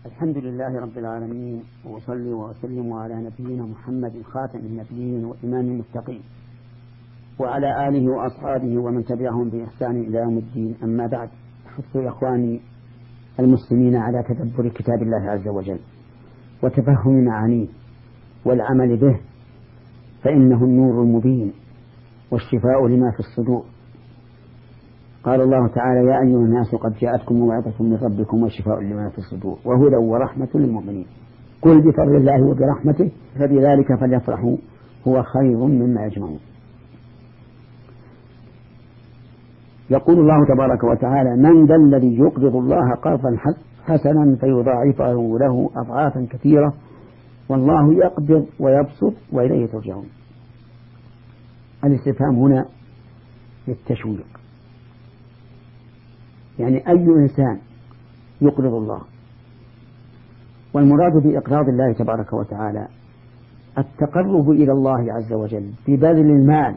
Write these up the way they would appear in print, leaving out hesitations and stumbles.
الحمد لله رب العالمين، وأصلي وأسلم على نبينا محمد خاتم النبيين وإمام المتقين، وعلى آله وأصحابه ومن تبعهم بإحسان إلى يوم الدين. أما بعد، حثوا إخواني المسلمين على تدبر كتاب الله عز وجل وتفهم معانيه والعمل به، فإنه النور المبين والشفاء لما في الصدور. قال الله تعالى: يا أيها الناس قد جاءتكم موعظة من ربكم وشفاء لما في الصدور وهدى ورحمة للمؤمنين. قل بفضل الله وبرحمته فبذلك فليفرحوا هو خير مما يجمعون. يقول الله تبارك وتعالى: من ذا الذي يقرض الله قرضا حسنا فيضاعفه له أضعافا كثيرة والله يقبض ويبسط وإليه ترجعون. الاستفهام هنا للتشويق، يعني أي إنسان يقرض الله، والمراد بإقراض الله تبارك وتعالى التقرب إلى الله عز وجل ببذل المال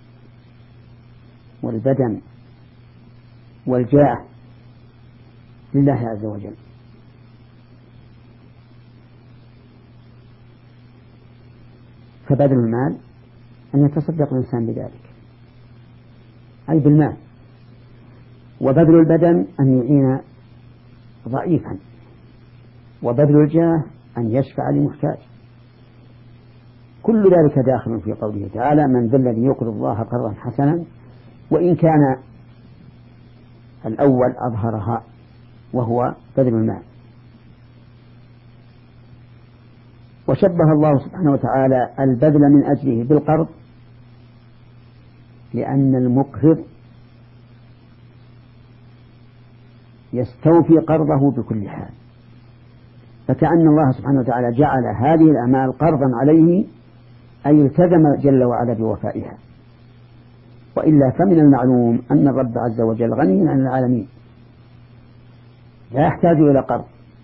والبدن والجاه لله عز وجل. فبذل المال أن يتصدق الإنسان بذلك أي بالمال، وبذل البدن أن يعين ضعيفا، وبذل الجاه أن يشفع لمحتاج. كل ذلك داخل في قوله تعالى: من ذا الذي يقرض الله قرضا حسنا، وإن كان الأول أظهرها وهو بذل المال. وشبه الله سبحانه وتعالى البذل من أجله بالقرض، لأن المقرض يستوفي قرضه بكل حال، فكأن الله سبحانه وتعالى جعل هذه الأعمال قرضا عليه، أي التزم جل وعلا بوفائها. وإلا فمن المعلوم أن الرب عز وجل غني عن العالمين لا يحتاج إلى قرض.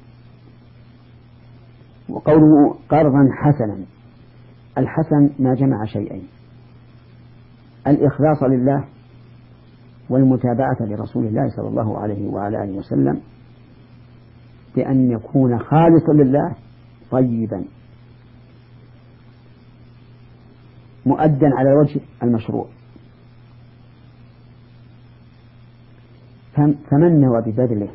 وقوله قرضا حسنا، الحسن ما جمع شيئين: الإخلاص لله والمتابعة لرسول الله صلى الله عليه وعلى آله وسلم، بأن يكون خالصا لله طيبا مؤدا على الوجه المشروع. فمن نوى ببذله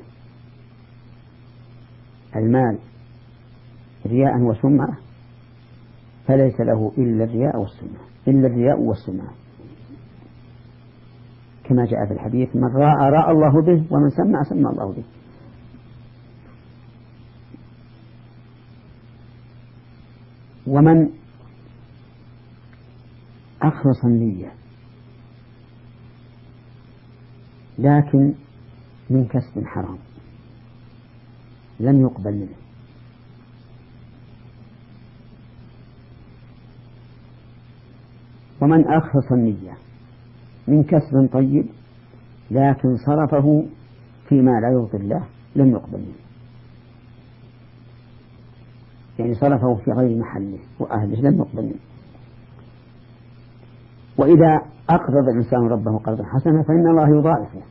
المال رياء وسمعة فليس له إلا الرياء والسمعة، كما جاء في الحديث: من راى الله به، ومن سمع الله به. ومن أخلص النية لكن من كسب حرام لم يقبل منه. ومن أخلص النية من كسب طيب لكن صرفه فيما لا يرضي الله لم يقبل منه، يعني صرفه في غير محله وأهله لم يقبل منه. وإذا أقرض الإنسان ربه قرضا حسنا فإن الله يضاعفه،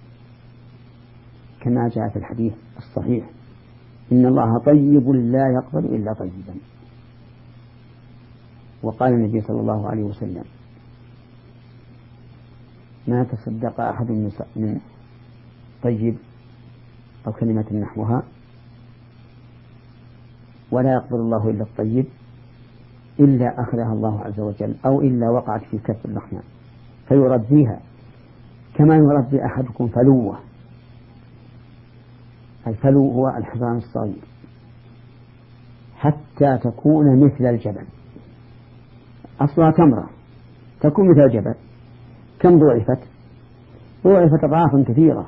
كما جاء في الحديث الصحيح: إن الله طيب لا يقبل إلا طيبا. وقال النبي صلى الله عليه وسلم: ما تصدق أحد من طيب أو كلمة نحوها ولا يقبل الله إلا الطيب إلا أخذها الله عز وجل، أو إلا وقعت في كف الرحمن فيربيها كما يربي أحدكم فلوه. الفلو هو الحصان الصغير حتى تكون مثل الجبل، أصلها تمرة تكون مثل الجبل. كم ضعفت أضعافا كثيرة،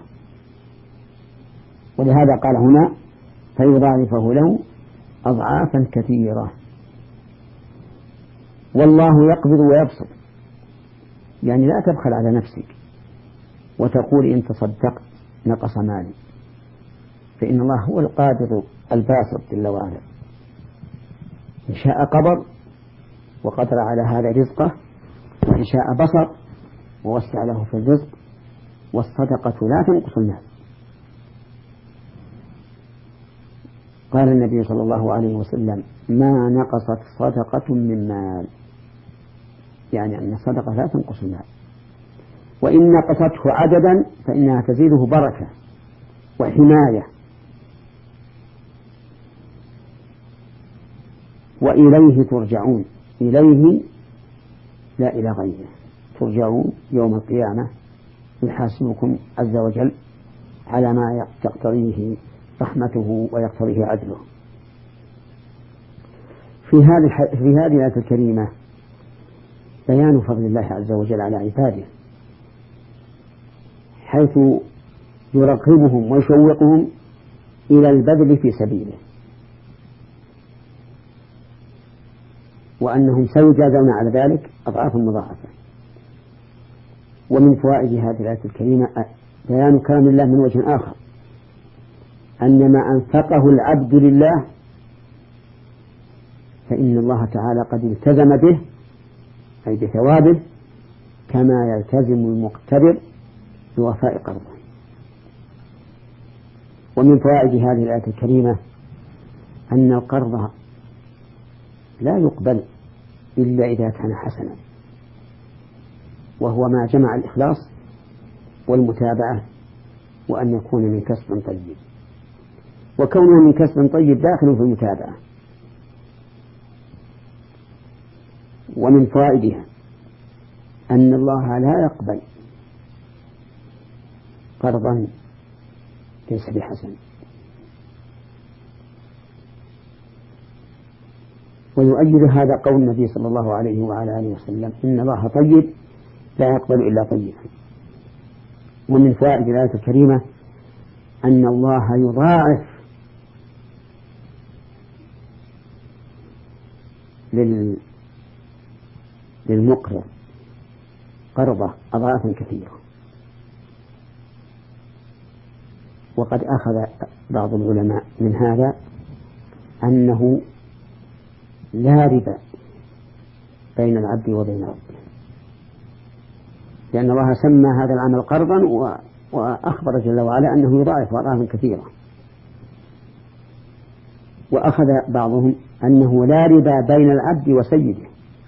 ولهذا قال هنا: فيضاعفه له أضعافا كثيرة. والله يقبض ويبسط، يعني لا تبخل على نفسك وتقول إن تصدقت نقص مالي، فإن الله هو القابض الباسط جل وعلا. إن شاء قبض وقدر على هذا رزقه، وإن شاء بسط ووسع له في الرزق. والصدقة لا تنقص المال، قال النبي صلى الله عليه وسلم ما نقصت صدقة من مال، يعني أن الصدقة لا تنقص المال، وإن نقصته عددا فإنها تزيده بركة وحماية. وإليه ترجعون، إليه لا إلى غيره، ترجعون يوم القيامة يحاسبكم عز وجل على ما تقتضيه رحمته ويقتضيه عدله. في هذه الآية الكريمة بيان فضل الله عز وجل على عباده، حيث يرغبهم ويشوقهم إلى البذل في سبيله، وأنهم سيجازون على ذلك أضعاف مضاعفة. ومن فوائد هذه الآية الكريمة بيان كرم الله من وجه آخر، أن ما أنفقه العبد لله فإن الله تعالى قد التزم به، أي بثوابه، كما يلتزم المقتدر بوفاء قرضه. ومن فوائد هذه الآية الكريمة أن القرض لا يقبل إلا إذا كان حسنا، وهو ما جمع الإخلاص والمتابعة، وأن يكون من كسب طيب، وكونه من كسب طيب داخل في المتابعة. ومن فوائدها أن الله لا يقبل قرضا ليس بحسن، ويؤيد هذا قول النبي صلى الله عليه وعلى آله وسلم إن الله طيب لا يقبل إلا طيبا. ومن فوائد الآية الكريمة أن الله يضاعف للمقرض قرضه أضعافا كثيرة. وقد أخذ بعض العلماء من هذا أنه لا ربا بين العبد وبين ربه، لأن الله سمى هذا العمل قرضا وأخبر جل وعلا أنه يضاعف أضعافا كثيرة. وأخذ بعضهم أنه لا ربا بين العبد وسيده،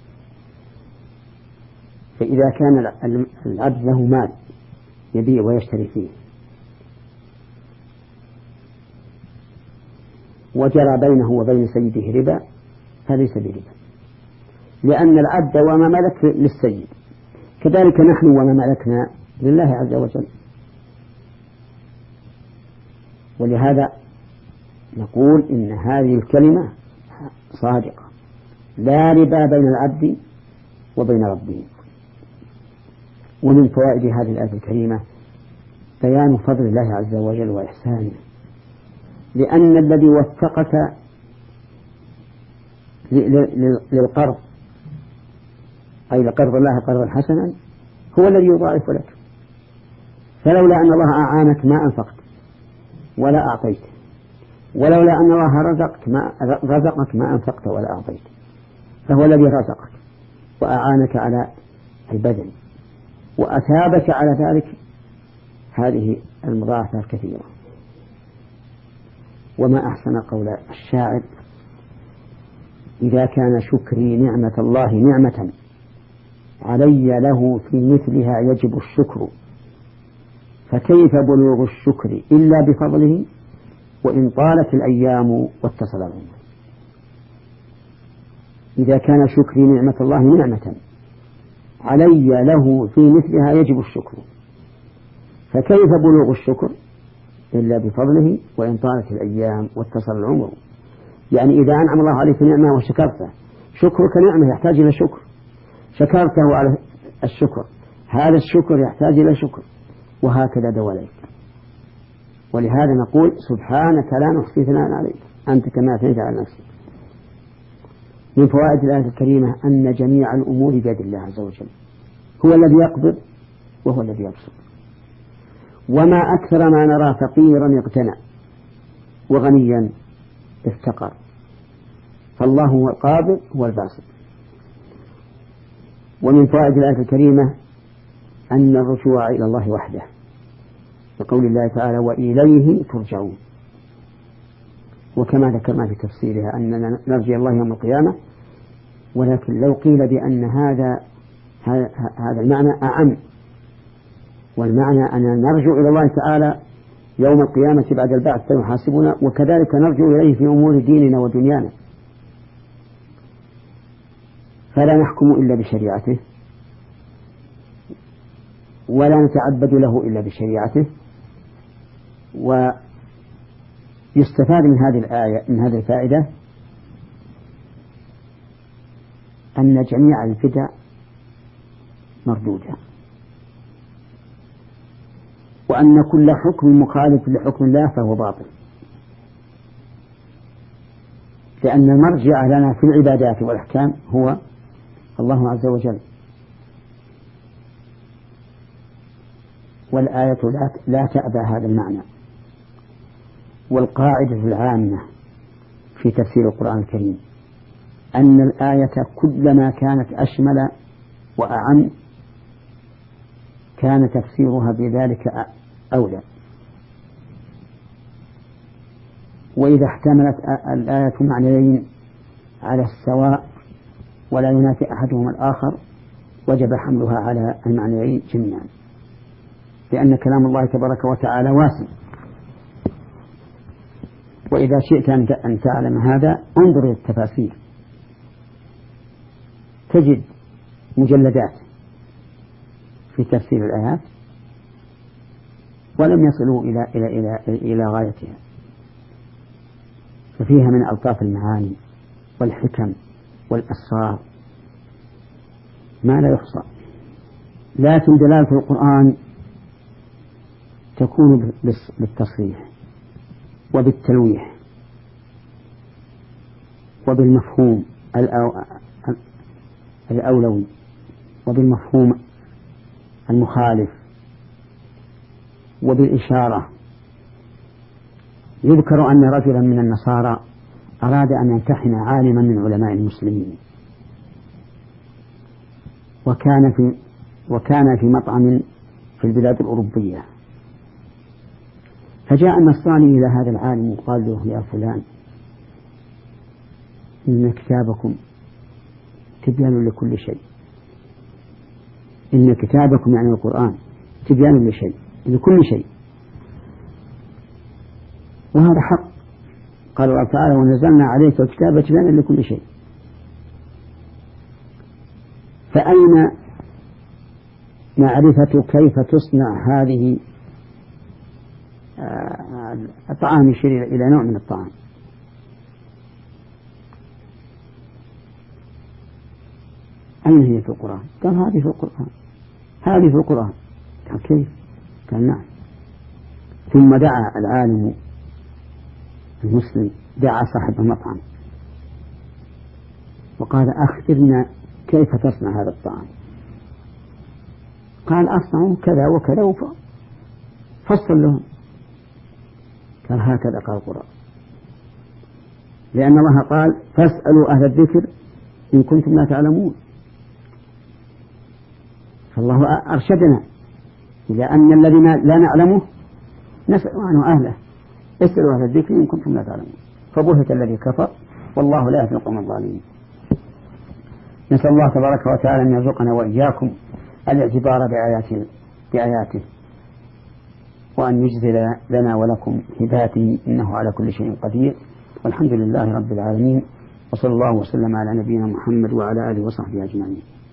فإذا كان العبد له مال يبيع ويشتري فيه وجرى بينه وبين سيده ربا فليس بربا، لأن العبد وما ملك للسيد، كذلك نحن وما ملكنا لله عز وجل. ولهذا نقول إن هذه الكلمة صادقة، لا ربا بين العبد وبين ربه. ومن فوائد هذه الآية الكريمة بيان فضل الله عز وجل وإحسانه، لأن الذي وفقك للقرض أي لقرض الله قرضا حسنا هو الذي يضاعف لك، فلولا أن الله أعانك ما أنفقت ولا أعطيت، ولولا أن الله رزقك ما أنفقت ولا أعطيت، فهو الذي رزقك وأعانك على البذل وأثابك على ذلك هذه المضاعفة الكثيرة. وما أحسن قول الشاعر: إذا كان شكري نعمة الله نعمة علي له في مثلها يجب الشكر، فكيف بلوغ الشكر إلا بفضله وإن طالت الأيام واتصل العمر. إذا كان شكري نعمة الله نعمة علي له في مثلها يجب الشكر، فكيف بلوغ الشكر إلا بفضله وإن طالت الأيام واتصل العمر. يعني إذا أنعم الله عليك نعمة وشكرته، شكرك نعمة يحتاج إلى شكر، شكرته على الشكر، هذا الشكر يحتاج إلى شكر، وهكذا دواليك. ولهذا نقول سبحانك لا نحصي ثناء عليك أنت كما أثنيت على نفسك. من فوائد الآية الكريمة أن جميع الأمور بيد الله عز وجل، هو الذي يقبض وهو الذي يبسط. وما أكثر ما نرى فقيرا اغتنى وغنيا افتقر، فالله هو القابض هو الباسط. ومن فوائد الآية الكريمة أن الرجوع إلى الله وحده، بقول الله تعالى: وإليه ترجعون. وكما ذكرنا في تفسيرها أننا نرجي الله يوم القيامة، ولكن لو قيل بأن هذا المعنى أعم، والمعنى أننا نرجو إلى الله تعالى يوم القيامة بعد البعث فيحاسبنا، وكذلك نرجو إليه في أمور ديننا ودنيانا، فلا نحكم إلا بشريعته ولا نتعبد له إلا بشريعته. ويستفاد من هذه الآية، من هذه الفائدة، أن جميع البدع مردودة، وأن كل حكم مخالف لحكم الله فهو باطل، لأن المرجع لنا في العبادات والأحكام هو الله عز وجل. والآية لا تأبى هذا المعنى. والقاعدة العامة في تفسير القرآن الكريم أن الآية كلما كانت أشمل وأعم كان تفسيرها بذلك أولى. وإذا احتملت الآية معنيين على السواء ولا ينافي أحدهما الآخر وجب حملها على المعنيين جميعا، لأن كلام الله تبارك وتعالى واسع. وإذا شئت أن تعلم هذا انظر إلى التفاسير، تجد مجلدات في تفسير الآيات ولم يصلوا إلى غايتها، ففيها من ألطاف المعاني والحكم والأسرار ما لا يحصى. لكن دلالة القرآن تكون بالتصريح وبالتلويح وبالمفهوم الأولوي وبالمفهوم المخالف وبالإشارة. يذكر أن رجلا من النصارى أراد أن يمتحن عالما من علماء المسلمين، وكان في مطعم في البلاد الأوروبية، فجاء النصراني إلى هذا العالم وقال له: يا فلان، إن كتابكم تبيان لكل شيء، إن كتابكم يعني القرآن تبيان لشيء، لكل شيء، وهذا حق. قال الله تعالى: ونزلنا عليك الكتاب تبيانا لكل شيء. فأين معرفة كيف تصنع هذه الطعام؟ يشير إلى نوع من الطعام. أين هي في القرآن؟ قال: هذه في القرآن، هذه في القرآن. قال: كيف؟ قال: نعم. ثم دعا العالم المسلم، دعا صاحب المطعم وقال: أخبرنا كيف تصنع هذا الطعام؟ قال: أصنع كذا وكذا، فصل لهم. قال: هكذا قال القرآن، لأن الله قال: فاسألوا أهل الذكر إن كنتم لا تعلمون. فالله أرشدنا إلى أن الذين لا نعلمه نسأل عنه أهله، اسألوا أهل الذكر إن كنتم لا تعلمون. فبهت الذي كفر والله لا يهدي القوم الظالمين. نسأل الله تبارك وتعالى أن يرزقنا وإياكم الاعتبار بآياته وأن يجزل لنا ولكم هدايته، إنه على كل شيء قدير. والحمد لله رب العالمين، وصلى الله وسلم على نبينا محمد وعلى آله وصحبه أجمعين.